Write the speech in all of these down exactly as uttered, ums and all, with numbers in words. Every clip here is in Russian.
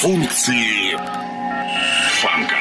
Функции фанка.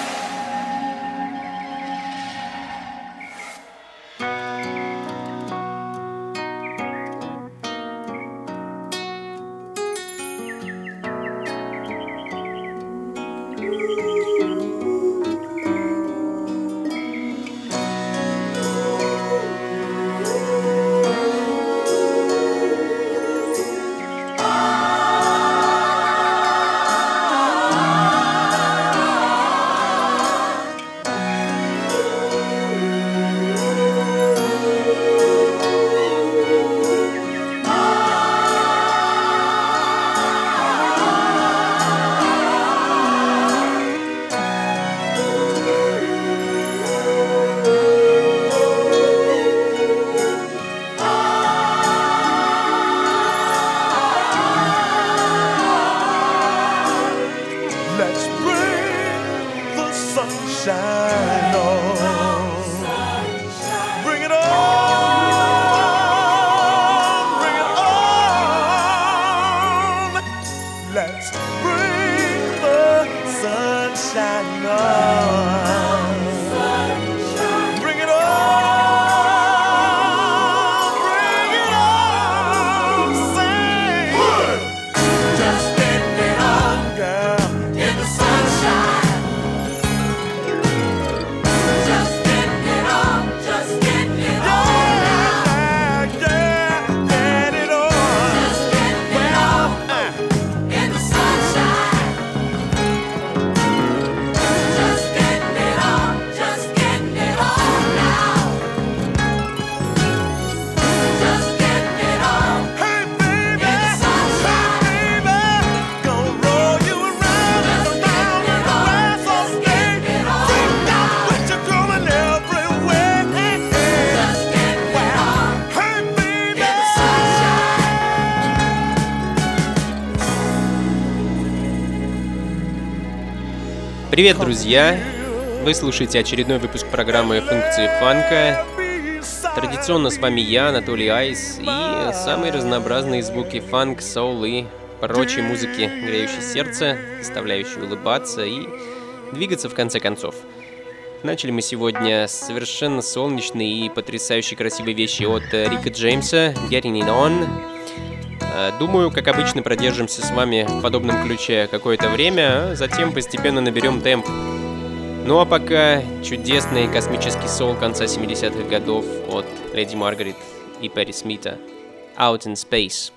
Привет, друзья! Вы слушаете очередной выпуск программы «Функции фанка». Традиционно с вами я, Анатолий Айс, и самые разнообразные звуки фанк, соул и прочей музыки, греющей сердце, заставляющей улыбаться и двигаться в конце концов. Начали мы сегодня с совершенно солнечной и потрясающе красивой вещи от Рика Джеймса «Getting It On». Думаю, как обычно, продержимся с вами в подобном ключе какое-то время, а затем постепенно наберем темп. Ну а пока чудесный космический соул конца семидесятых годов от Леди Маргарет и Пэти Смита «Out in Space».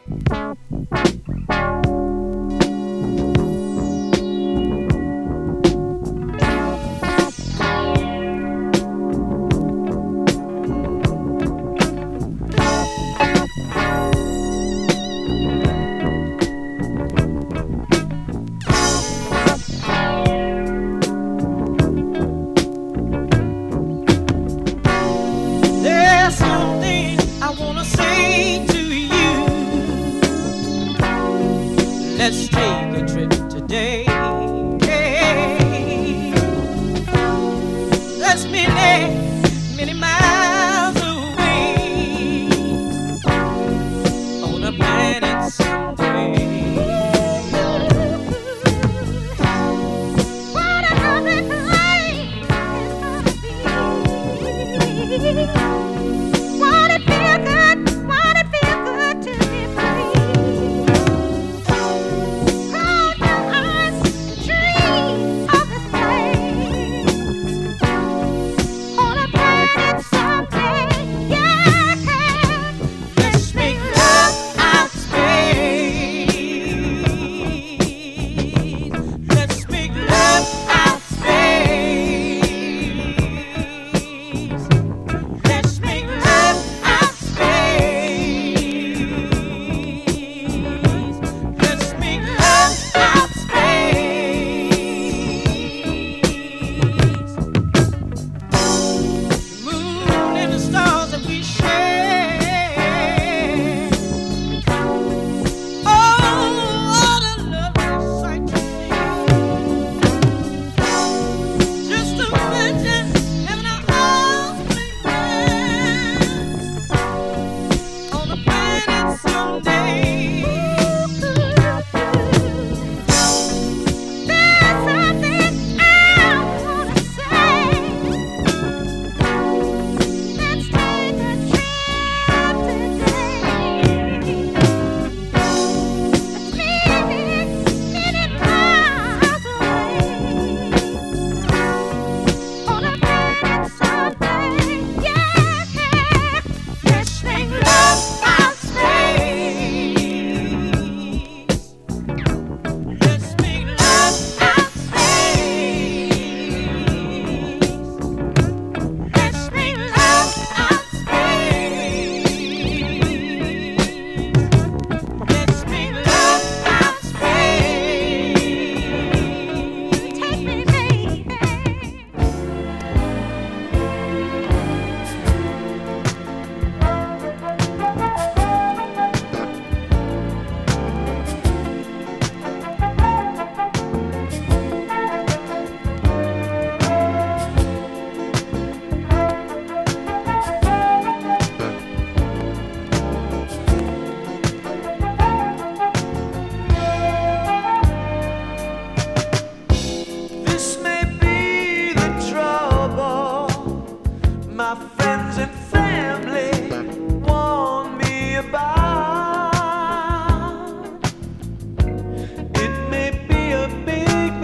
On a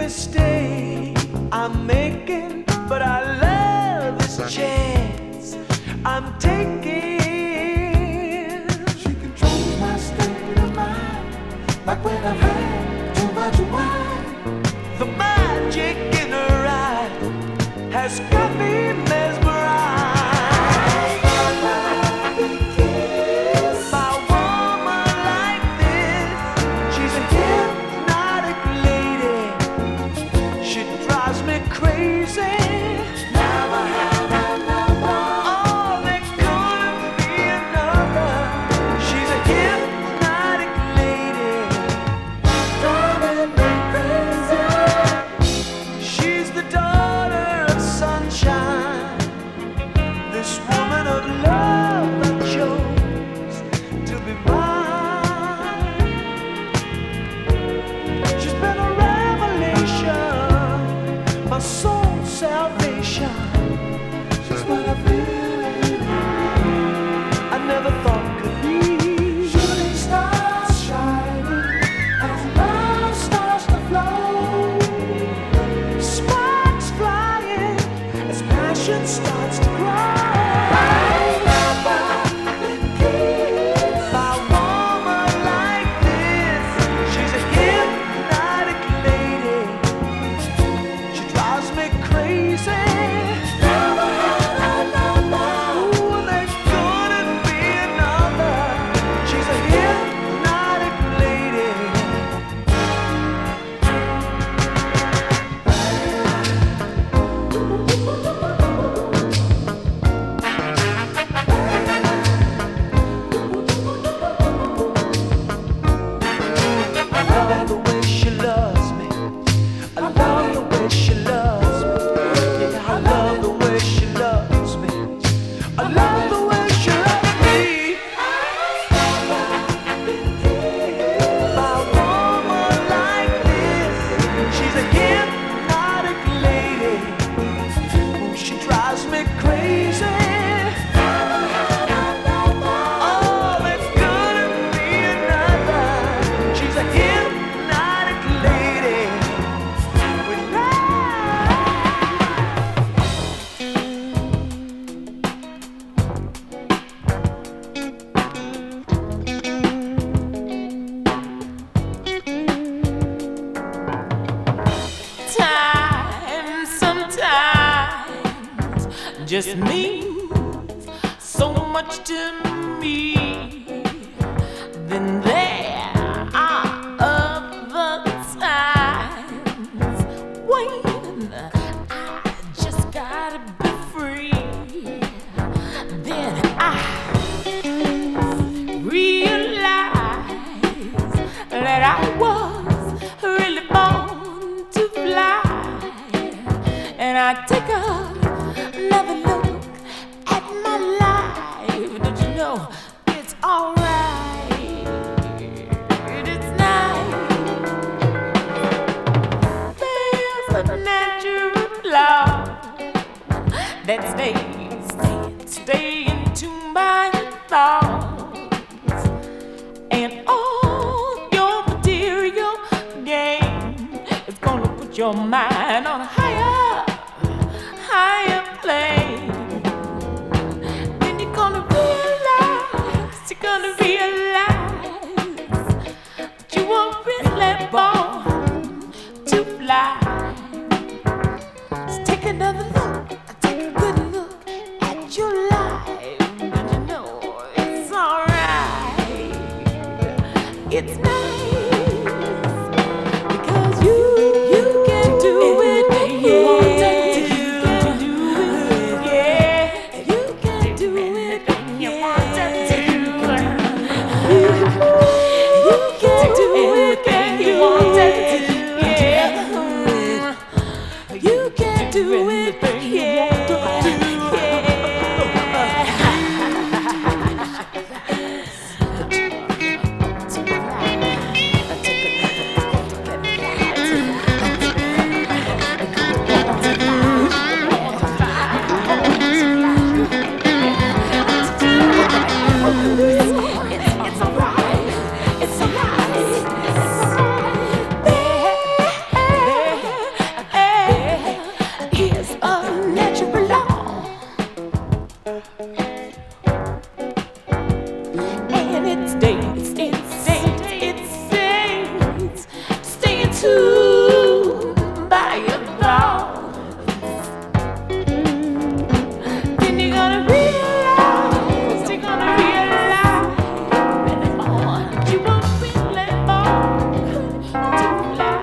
mistake I'm making, but I love this chance I'm taking. She controls my state of mind, like when I've had too much wine. The magic in her eye has got me mesmerized. My woman like this, she's a hypnotic lady. She drives me crazy. Never had another. Oh, there couldn't be another. She's a hypnotic lady, driving me crazy. She's the daughter of sunshine, this woman of love I chose to be mine. She's been a revelation, my soul's salvation. She's what I really need, I never thought could be. Shooting stars shining as love starts to flow. Sparks flying as passion starts to grow. My woman like this, she's a hypnotic lady. She drives me crazy. Never had another. Ooh, there couldn't be another. She's a hypnotic lady. I love the way she loves me. I love the way she loves me. Yeah, I love the way she loves me. I love the way she loves me. My woman like this, she's a hypnotic lady. Ooh, she drives me crazy. Oh, there couldn't be another. She's a hypnotic lady with love. Time sometimes just means so much to me. Then there are other times when I just gotta be free. Then I realize that I was really born to fly. And I take another look at my life. Don't you know it's alright? It's nice. There's a natural law that stays, stays, stay into my thoughts. And all your material gain is gonna put your mind on a higher, higher plane. Then you're gonna realize, you're gonna realize that you were really born to fly. So take another look, take a good look at your life. Don't you know it's alright? It's nice. Because you, you can do it, yeah. You can do it, yeah. You can do it, you want to do it. You can do it, you want to do it, yeah. You can do it. tuned by your thoughts. Then you're gonna realize, you're gonna realize that you won't really fall to fly.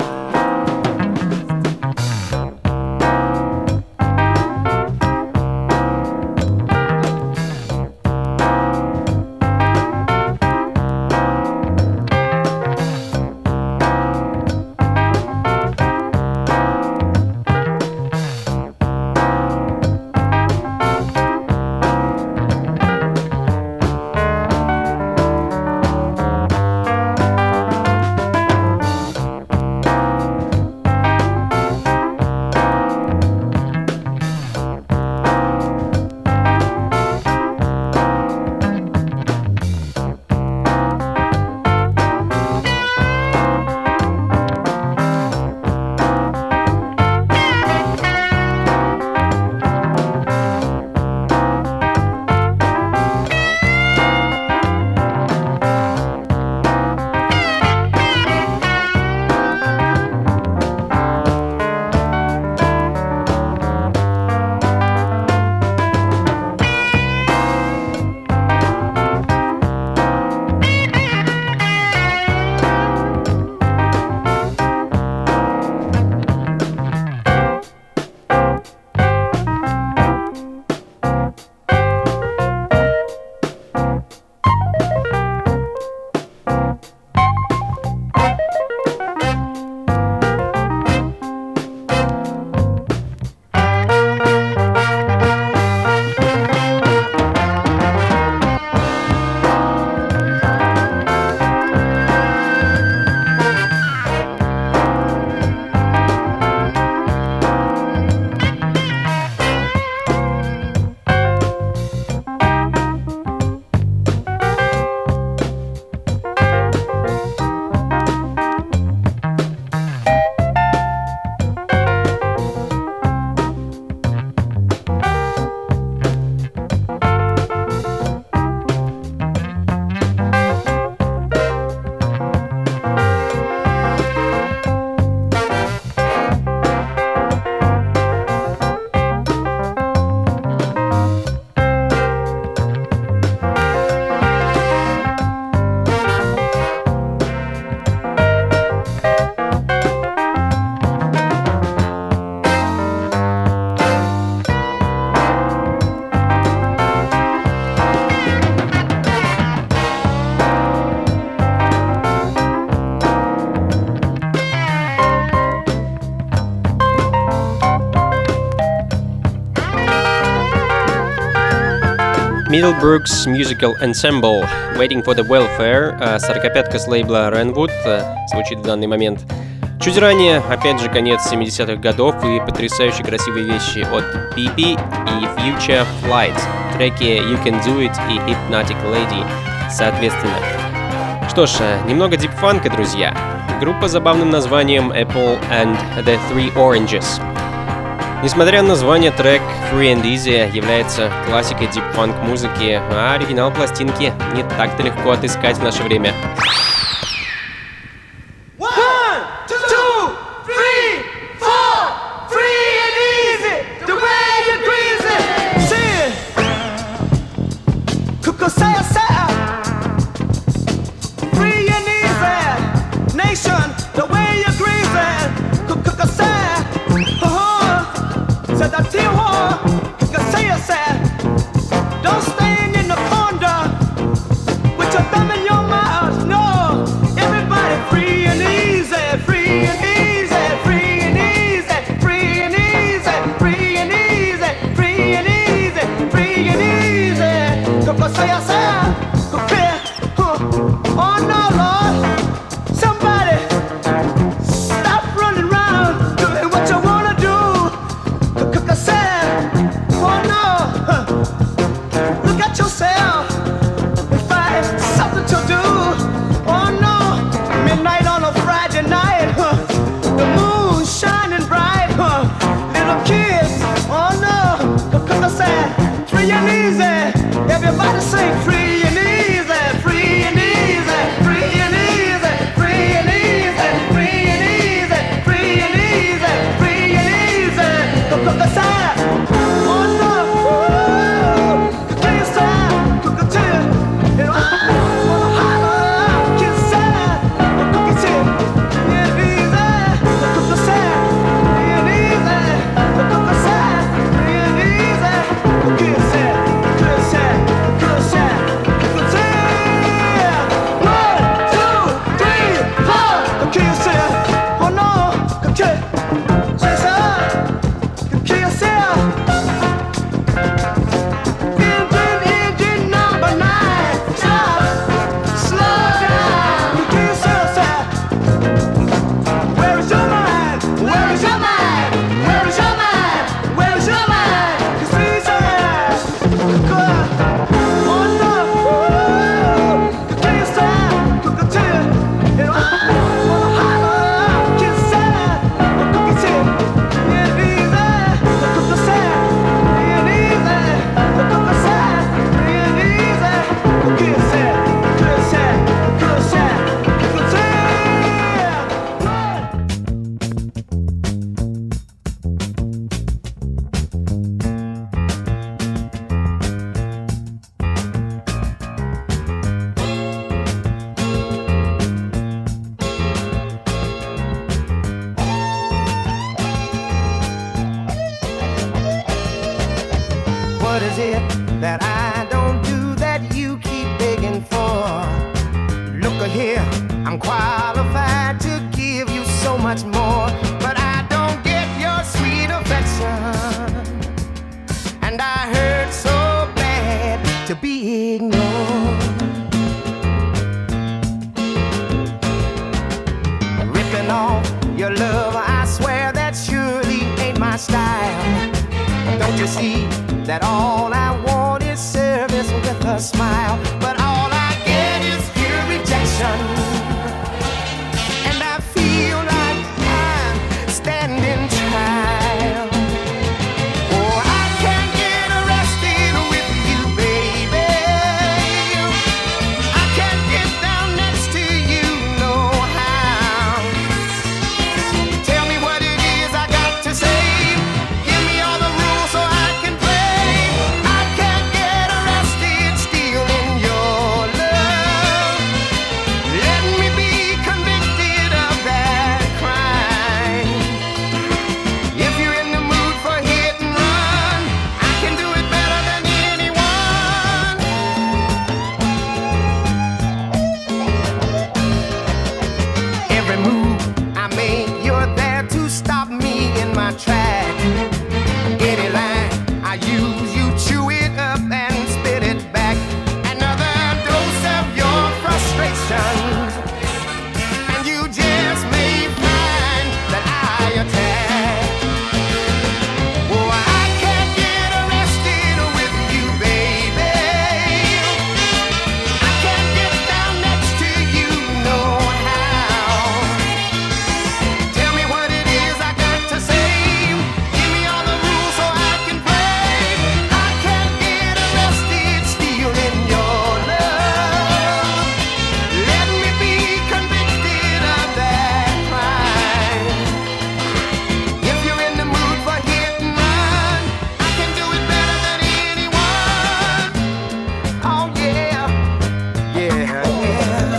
Middlebrooks Musical Ensemble Waiting for the Welfare, сорокопятка с лейбла Renwood, звучит в данный момент. Чуть ранее, опять же, конец семидесятых годов и потрясающе красивые вещи от Пипи и Future Flight, треки You Can Do It и Hypnotic Lady, соответственно. Что ж, немного дипфанка, друзья. Группа с забавным названием Apple and the Three Oranges. Несмотря на название, трек Free and Easy является классикой дип-фанк музыки, а оригинал пластинки не так-то легко отыскать в наше время. Don't stand in the corner with your thumb in your mouth, no. is it that I don't do that you keep begging for? Look here, I'm qualified to give you so much more, but I don't get your sweet affection, and I hurt so bad to be ignored. Ripping off your love, I swear that surely ain't my style. Don't you see that all I want is service with a smile, but all I get is pure rejection, and I feel like I'm standing trial. Oh, I can't get arrested with you, baby. I can't get down next to you, no how. Tell me what it is I got to say. Give me all the rules so I can play. I can't get arrested stealing your love. Let me be convicted of that crime. If you're in the mood for hit and run, I can do it better than anyone. Every move I make, you're there to stop me in my track. Any line I use, you chew it up and spit it back. Another dose of your frustrations, and you just may find that I attack. Oh, I can't get arrested with you, baby. I can't get down next to you, no how. Tell me what it is I got to say. Give me all the rules so I can play. I can't get arrested stealing your love. Let me be convicted of that crime. If you're in the mood for hit and run, I can do it better than anyone. Oh yeah, yeah, yeah.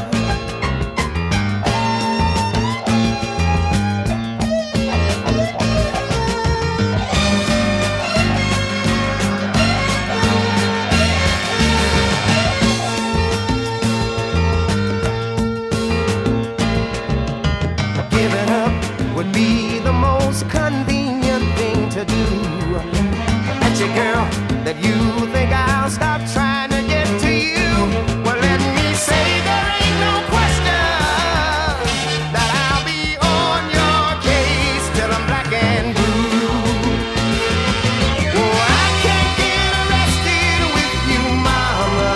Giving up would be the most convenient thing to do. At you, girl, that you think I'll stop trying to get to you. Well, let me say there ain't no question that I'll be on your case till I'm black and blue. Oh, I can't get arrested with you, mama.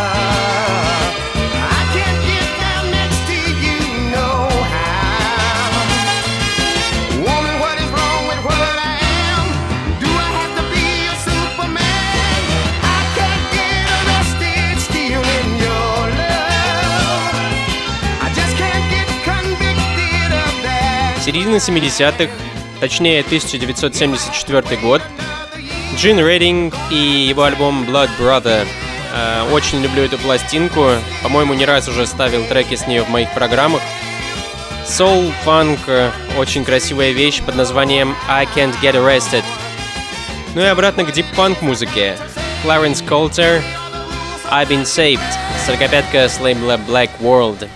I can't get down next to you, no how. Woman, what is wrong with what I am? Do I have to be a Superman? I can't get arrested stealing your love. I just can't get convicted of that. Середина семидесятых, точнее тысяча девятьсот семьдесят четвёртый год. Джин Рединг и его альбом Blood Brother. Э, Очень люблю эту пластинку. По-моему, не раз уже ставил треки с нее в моих программах. Soul, фанк, э, очень красивая вещь под названием I Can't Get Arrested. Ну и обратно к дип-панк музыке. Clarence Coulter, I've Been Saved. Сорокопятка с лейбла Black World.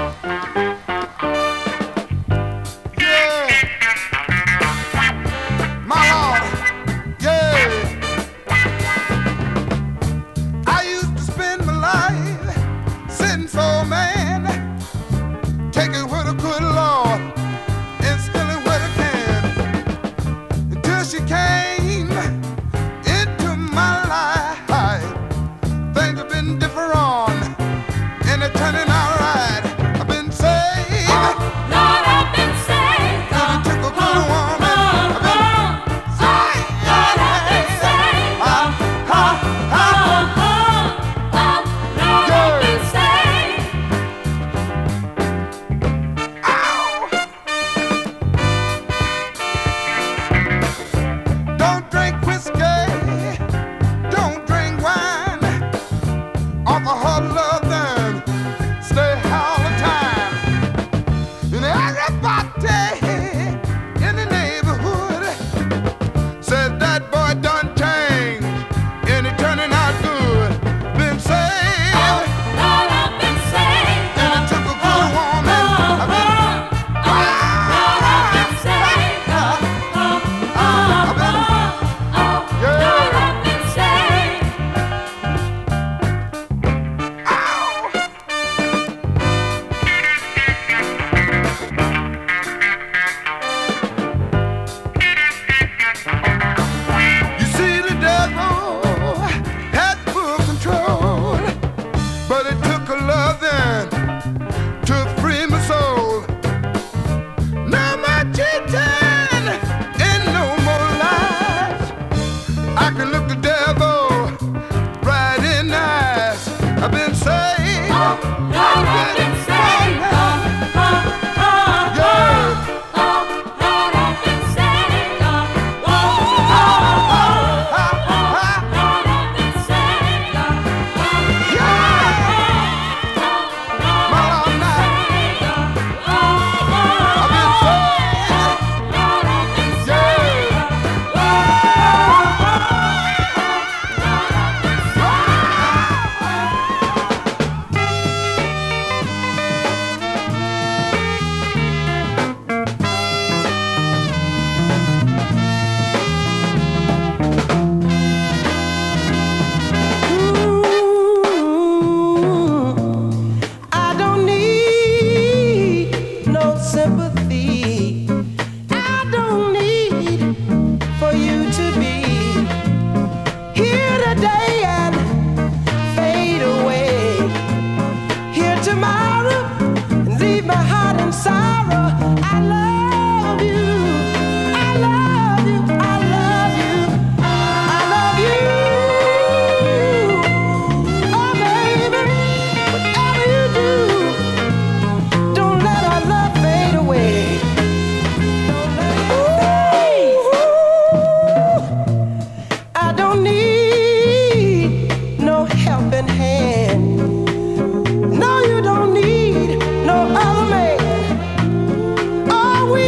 My Lord, yeah. I used to spend my life sitting for a man, taking what I could, Lord, and stealing what I can. Until she came into my life, things have been different, and they're turning out right.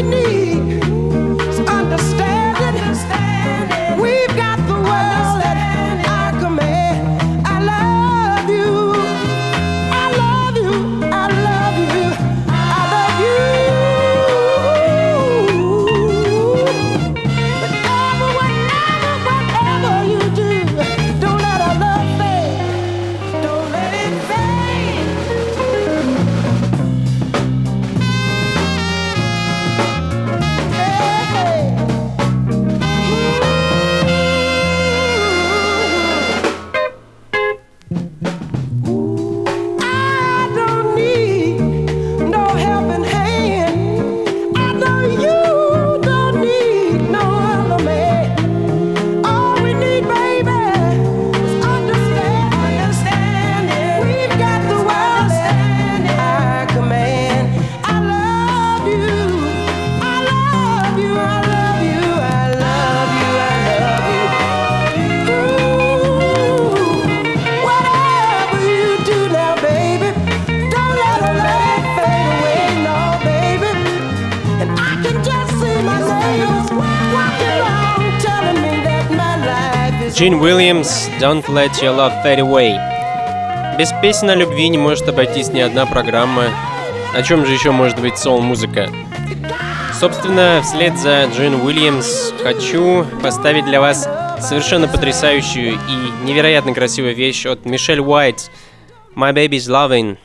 Gene Williams, Don't Let Your Love Fade Away. Без песен о любви не может обойтись ни одна программа. О чем же еще может быть соул-музыка? Собственно, вслед за Джин Уильямс хочу поставить для вас совершенно потрясающую и невероятно красивую вещь от Мишель Уайт, My Baby's Lovin'.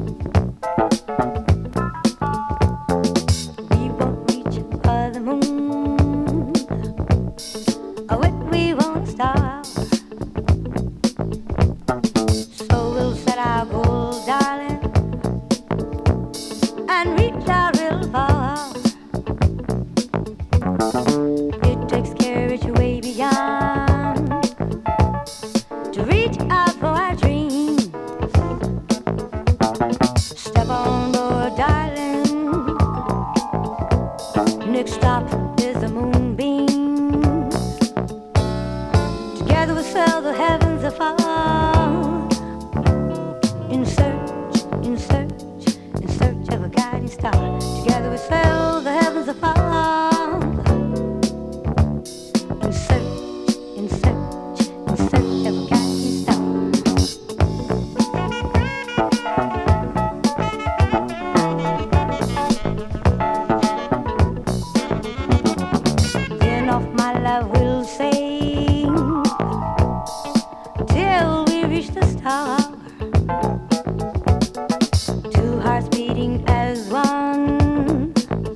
Two hearts beating as one.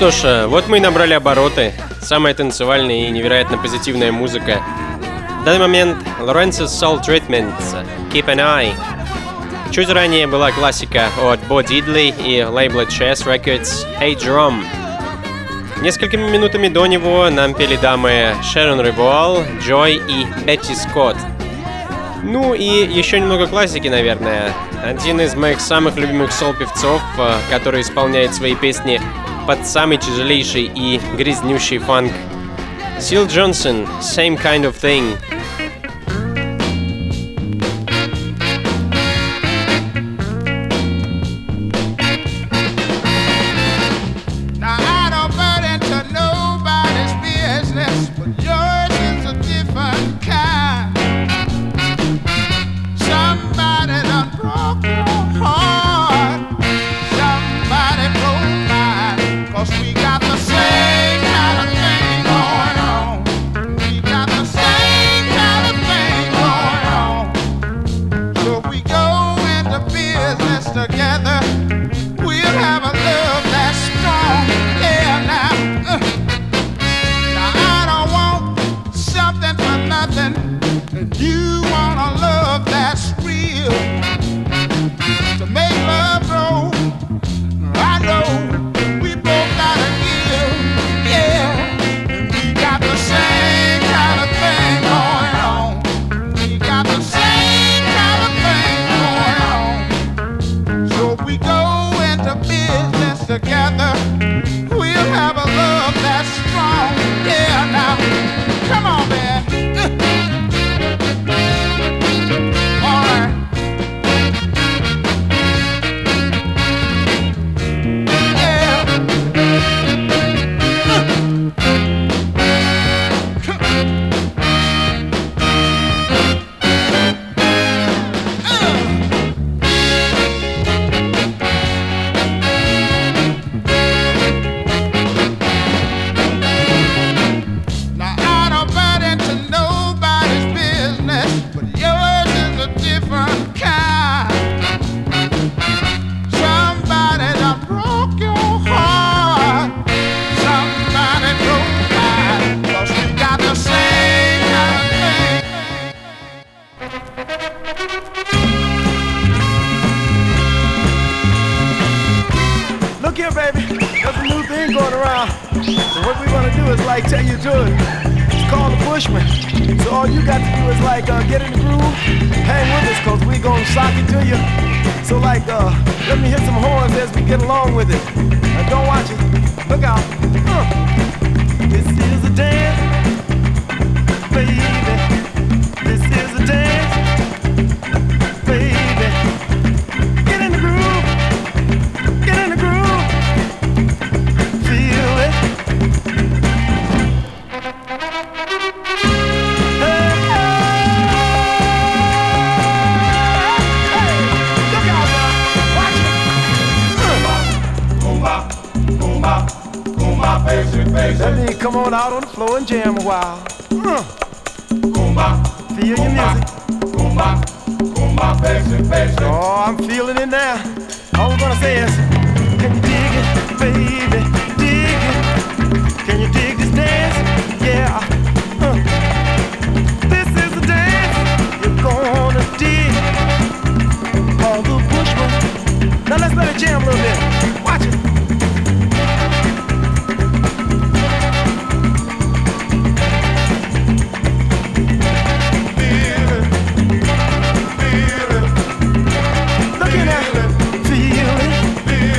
что ж, вот мы и набрали обороты. Самая танцевальная и невероятно позитивная музыка. В данный момент Lawrence's Soul Treatment, Keep an Eye. Чуть ранее была классика от Bo Diddley и лейбла Chess Records Hey Jerome. Несколькими минутами до него нам пели дамы Шерон Ревуал, Джой и Бетти Скотт. Ну и еще немного классики, наверное. Один из моих самых любимых сол-певцов, который исполняет свои песни под самый тяжелейший и грязнющий фанк. Сил Джонсон, Same Kind of Thing. Let me come on out on the floor and jam a while. Uh. Feel your music. Oh, I'm feeling it now. All we're gonna say is, can you dig it, baby? Dig it. Can you dig this dance? Yeah. Uh. This is the dance you're gonna dig. All the Bushmen. Now let's let it jam a little bit. Watch it. Feel it.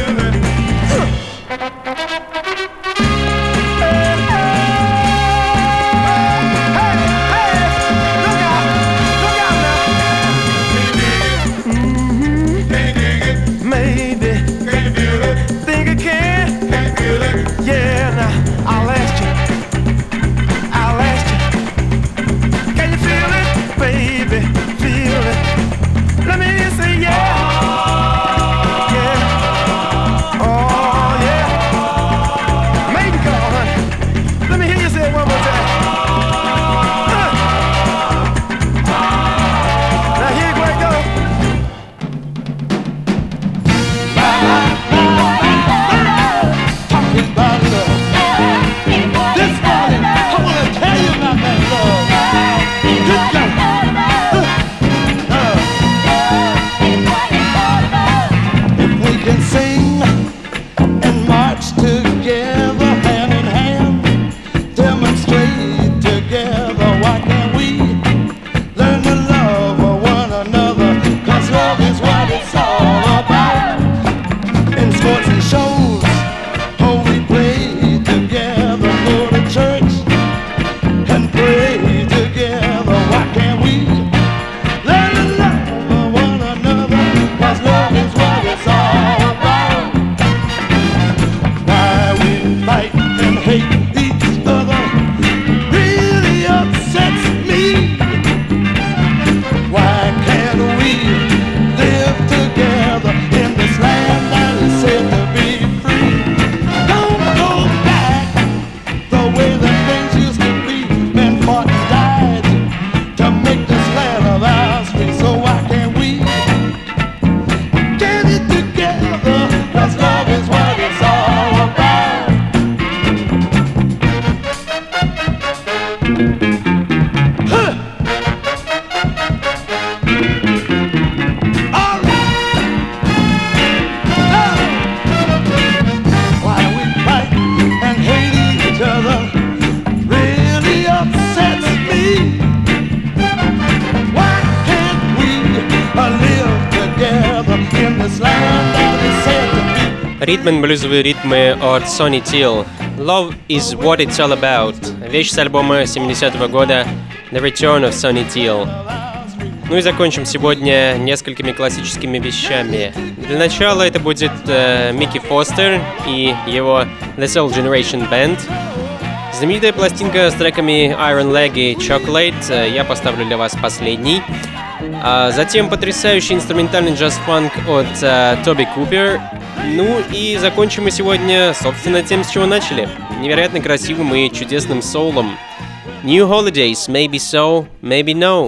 live together in this land that is said to be. Ритм-н-блюзовые ритмы от Sonny Till. Love is what it's all about. Вещь с альбома семидесятого года The Return of Sonny Till. Ну и закончим сегодня несколькими классическими вещами. Для начала это будет э, Микки Фостер и его The Soul Generation Band. Знаменитая пластинка с треками Iron Leg и Chocolate. Я поставлю для вас последний. А затем потрясающий инструментальный джаз-фанк от э, Тоби Купер. Ну и закончим мы сегодня, собственно, тем, с чего начали. Невероятно красивым и чудесным соулом. New Holidays, maybe so, maybe no.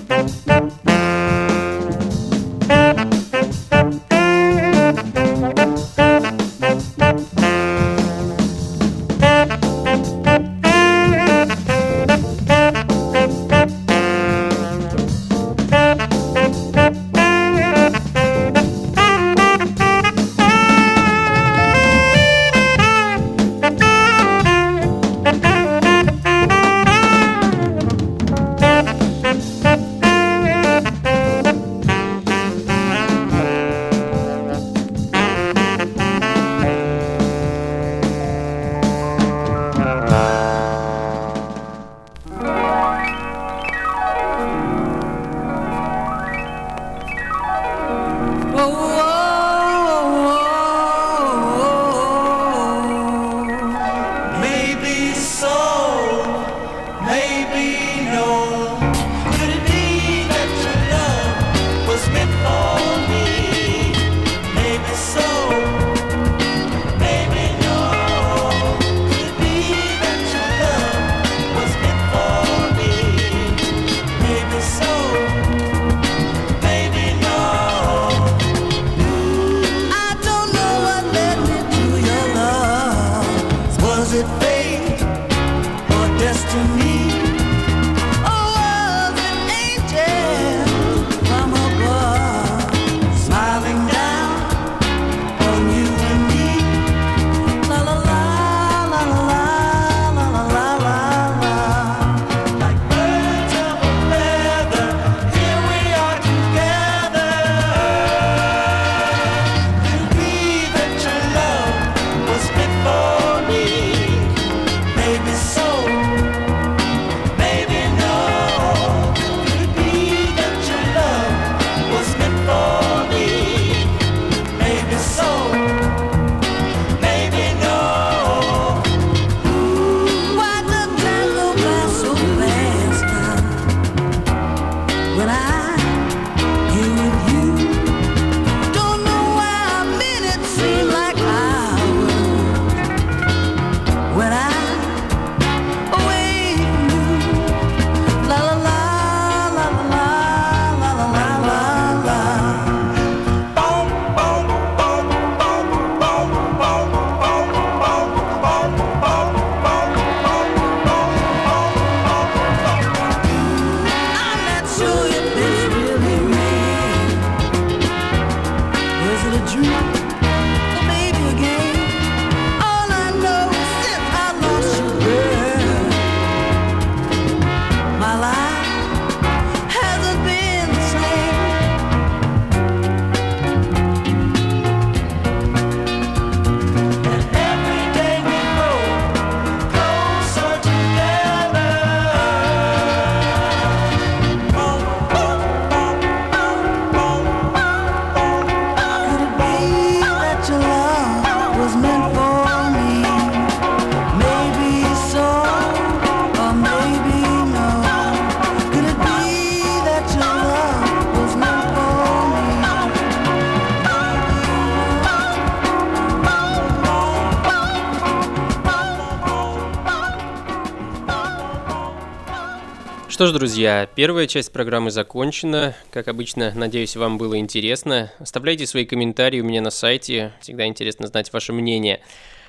Что ж, друзья, первая часть программы закончена. Как обычно, надеюсь, вам было интересно. Оставляйте свои комментарии у меня на сайте. Всегда интересно знать ваше мнение.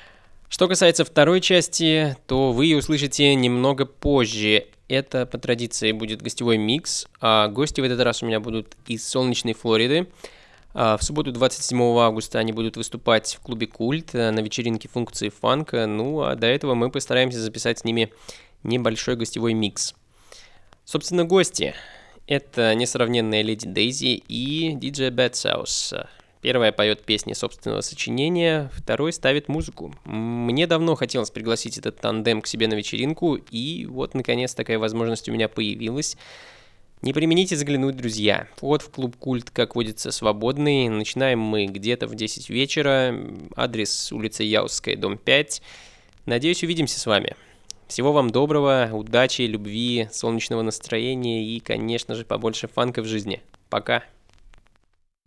Что касается второй части, то вы ее услышите немного позже. Это по традиции будет гостевой микс. А гости в этот раз у меня будут из солнечной Флориды. В субботу двадцать седьмого августа они будут выступать в клубе «Культ» на вечеринке функции фанка. Ну, а до этого мы постараемся записать с ними небольшой гостевой микс. Собственно, гости — это несравненная Леди Дейзи и диджей Bad South. Первая поет песни собственного сочинения, второй ставит музыку. Мне давно хотелось пригласить этот тандем к себе на вечеринку, и вот, наконец, такая возможность у меня появилась. Не премините заглянуть, друзья. Вход в клуб «Культ», как водится, свободный. Начинаем мы где-то в десять вечера. Адрес: улица Яузская, дом пять. Надеюсь, увидимся с вами. Всего вам доброго, удачи, любви, солнечного настроения и, конечно же, побольше фанка в жизни. Пока!